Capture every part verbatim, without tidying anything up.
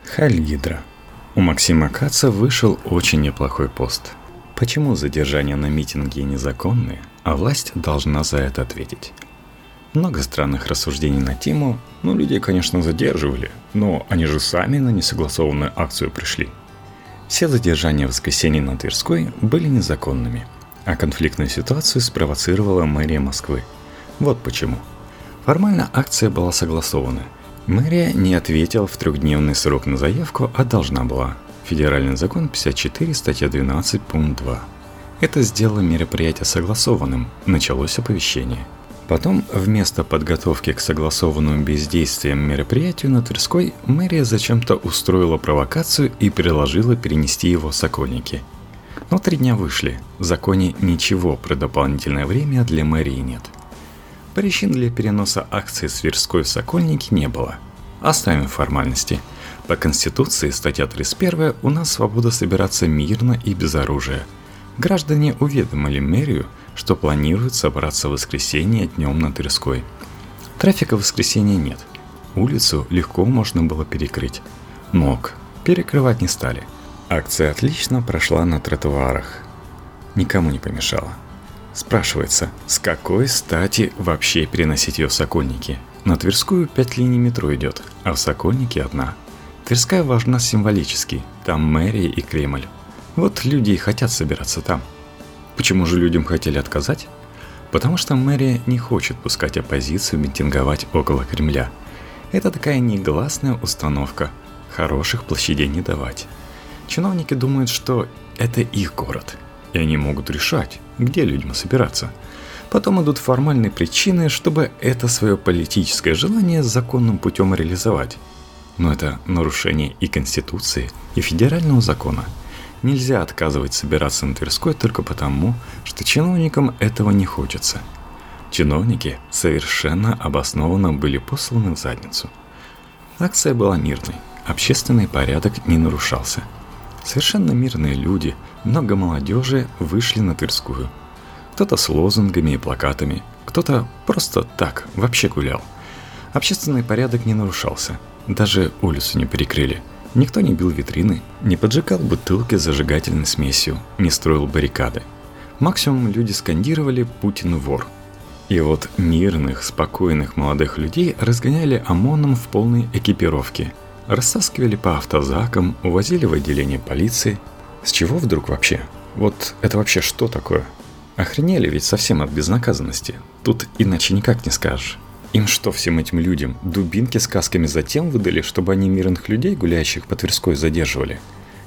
Хайль Гидра. У Максима Каца вышел очень неплохой пост. Почему задержания на митинге незаконные, а власть должна за это ответить? Много странных рассуждений на тему, ну, людей, конечно, задерживали, но они же сами на несогласованную акцию пришли. Все задержания в воскресенье на Тверской были незаконными, а конфликтную ситуацию спровоцировала мэрия Москвы. Вот почему. Формально акция была согласована. Мэрия не ответила в трехдневный срок на заявку, а должна была. Федеральный закон пятьдесят четыре, статья двенадцать, пункт два. Это сделало мероприятие согласованным, началось оповещение. Потом, вместо подготовки к согласованным бездействиям мероприятию на Тверской, мэрия зачем-то устроила провокацию и предложила перенести его в Сокольники. Но три дня вышли, в законе ничего про дополнительное время для мэрии нет. Причин для переноса акции с Тверской в Сокольники не было. Оставим формальности. По Конституции, статья тридцать первая, у нас свобода собираться мирно и без оружия. Граждане уведомили мэрию, что планируют собраться в воскресенье днем на Тверской. Трафика в воскресенье нет. Улицу легко можно было перекрыть. Мог. Перекрывать не стали. Акция отлично прошла на тротуарах. Никому не помешала. Спрашивается, с какой стати вообще переносить ее в Сокольники? На Тверскую пять линий метро идет, а в Сокольнике одна. Тверская важна символически, там мэрия и Кремль. Вот люди и хотят собираться там. Почему же людям хотели отказать? Потому что мэрия не хочет пускать оппозицию митинговать около Кремля. Это такая негласная установка. Хороших площадей не давать. Чиновники думают, что это их город, и они могут решать, где людям собираться. Потом идут формальные причины, чтобы это свое политическое желание законным путем реализовать. Но это нарушение и Конституции, и федерального закона. Нельзя отказывать собираться на Тверской только потому, что чиновникам этого не хочется. Чиновники совершенно обоснованно были посланы в задницу. Акция была мирной, общественный порядок не нарушался. Совершенно мирные люди, много молодежи вышли на Тверскую. Кто-то с лозунгами и плакатами, кто-то просто так, вообще гулял. Общественный порядок не нарушался, даже улицу не перекрыли. Никто не бил витрины, не поджигал бутылки с зажигательной смесью, не строил баррикады. Максимум люди скандировали «Путин вор». И вот мирных, спокойных молодых людей разгоняли ОМОНом в полной экипировке. Растаскивали по автозакам, увозили в отделение полиции. С чего вдруг вообще? Вот это вообще что такое? Охренели ведь совсем от безнаказанности. Тут иначе никак не скажешь. Им что, всем этим людям, дубинки с касками затем выдали, чтобы они мирных людей, гуляющих по Тверской, задерживали?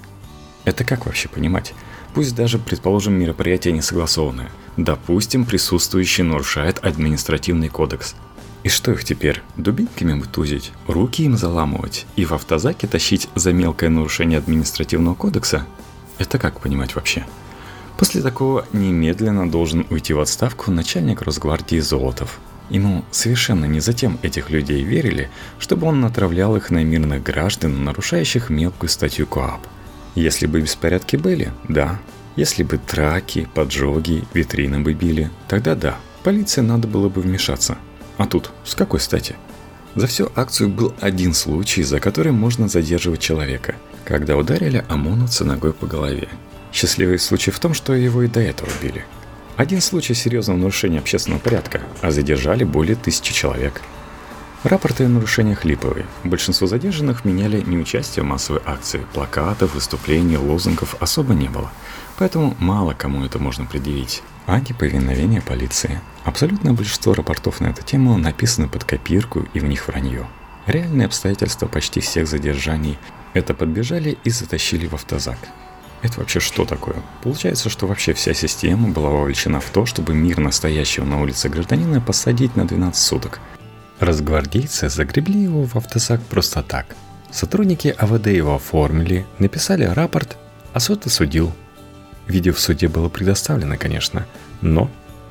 Это как вообще понимать? Пусть даже, предположим, мероприятие не согласованное. Допустим, присутствующий нарушает административный кодекс. И что их теперь? Дубинками тузить, руки им заламывать и в автозаке тащить за мелкое нарушение административного кодекса? Это как понимать вообще? После такого немедленно должен уйти в отставку начальник Росгвардии Золотов. Ему совершенно не затем этих людей верили, чтобы он натравлял их на мирных граждан, нарушающих мелкую статью КоАП. Если бы беспорядки были, да. Если бы драки, поджоги, витрины бы били, тогда да, полиции надо было бы вмешаться. А тут с какой стати? За всю акцию был один случай, за который можно задерживать человека, когда ударили ОМОНовца ногой по голове. Счастливый случай в том, что его и до этого били. Один случай серьезного нарушения общественного порядка, а задержали более тысячи человек. Рапорты о нарушениях липовые. Большинство задержанных меняли неучастие в массовой акции, плакатов, выступлений, лозунгов особо не было. Поэтому мало кому это можно предъявить. А неповиновение полиции. Абсолютное большинство рапортов на эту тему написаны под копирку и в них вранье. Реальные обстоятельства почти всех задержаний – это подбежали и затащили в автозак. Это вообще что такое? Получается, что вообще вся система была вовлечена в то, чтобы мирно стоящего на улице гражданина посадить на двенадцать суток. Росгвардейцы загребли его в автозак просто так. Сотрудники АВД его оформили, написали рапорт, а суд осудил. Видео в суде было предоставлено, конечно, но...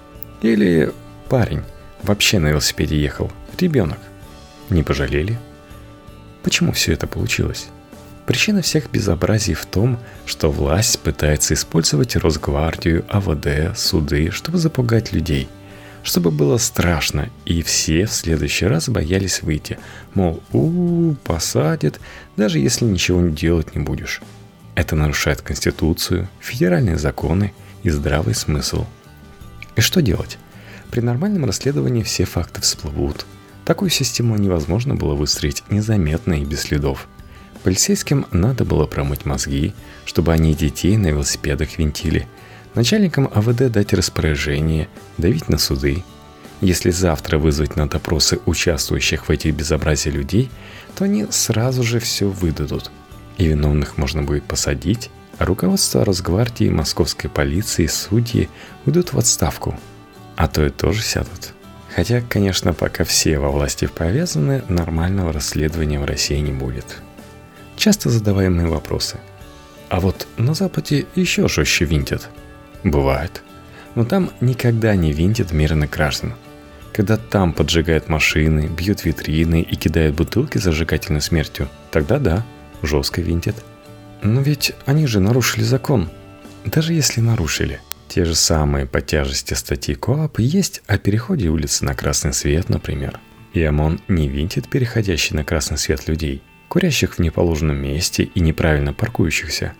Или парень вообще на велосипеде ехал, ребенок. Не пожалели? Почему все это получилось? Причина всех безобразий в том, что власть пытается использовать Росгвардию, АВД, суды, чтобы запугать людей. чтобы было страшно, и все в следующий раз боялись выйти. Мол, у-у-у, посадят, даже если ничего делать не будешь. Это нарушает Конституцию, федеральные законы и здравый смысл. И что делать? При нормальном расследовании все факты всплывут. Такую систему невозможно было выстроить незаметно и без следов. Полицейским надо было промыть мозги, чтобы они детей на велосипедах винтили. Начальникам А В Д дать распоряжение, давить на суды. Если завтра вызвать на допросы участвующих в этих безобразиях людей, то они сразу же все выдадут. И виновных можно будет посадить, а руководство Росгвардии, московской полиции и судьи уйдут в отставку. А то и тоже сядут. Хотя, конечно, пока все во власти повязаны, нормального расследования в России не будет. Часто задаваемые вопросы. А вот на Западе еще жестче винтят. Бывает. Но там никогда не винтят мирных граждан. Когда там поджигают машины, бьют витрины и кидают бутылки с зажигательной смертью, тогда да, жестко винтят. Но ведь они же нарушили закон. Даже если нарушили. Те же самые по тяжести статьи КоАП есть о переходе улицы на красный свет, например. И ОМОН не винтит переходящих на красный свет людей, курящих в неположенном месте и неправильно паркующихся.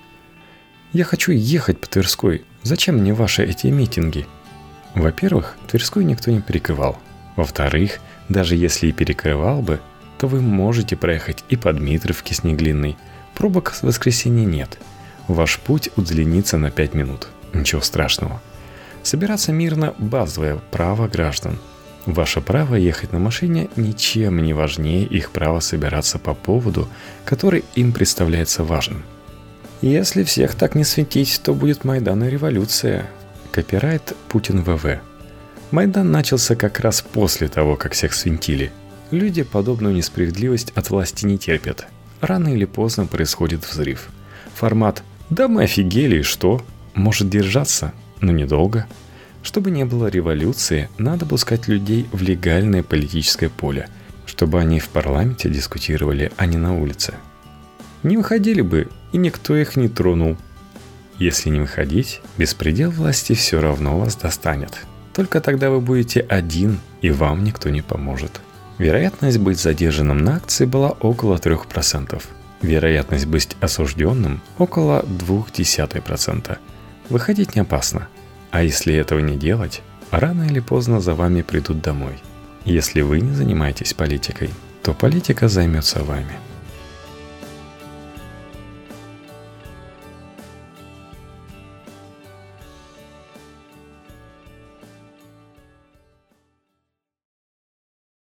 Я хочу ехать по Тверской. Зачем мне ваши эти митинги? Во-первых, Тверскую никто не перекрывал. Во-вторых, даже если и перекрывал бы, то вы можете проехать и по Дмитровке с Неглинной. Пробок в воскресенье нет. Ваш путь удлинится на пять минут. Ничего страшного. Собираться мирно – базовое право граждан. Ваше право ехать на машине ничем не важнее их права собираться по поводу, который им представляется важным. Если всех так не светить, то будет Майдан и революция. Копирайт Путин вэ вэ. Майдан начался как раз после того, как всех свинтили. Люди подобную несправедливость от власти не терпят. Рано или поздно происходит взрыв. Формат «да мы офигели, и что?» может держаться, но недолго. Чтобы не было революции, надо пускать людей в легальное политическое поле, чтобы они в парламенте дискутировали, а не на улице. Не выходили бы, и никто их не тронул. Если не выходить, беспредел власти все равно вас достанет. Только тогда вы будете один, и вам никто не поможет. Вероятность быть задержанным на акции была около трех процентов. Вероятность быть осужденным около ноль целых две десятых процента. Выходить не опасно. А если этого не делать, рано или поздно за вами придут домой. Если вы не занимаетесь политикой, то политика займется вами.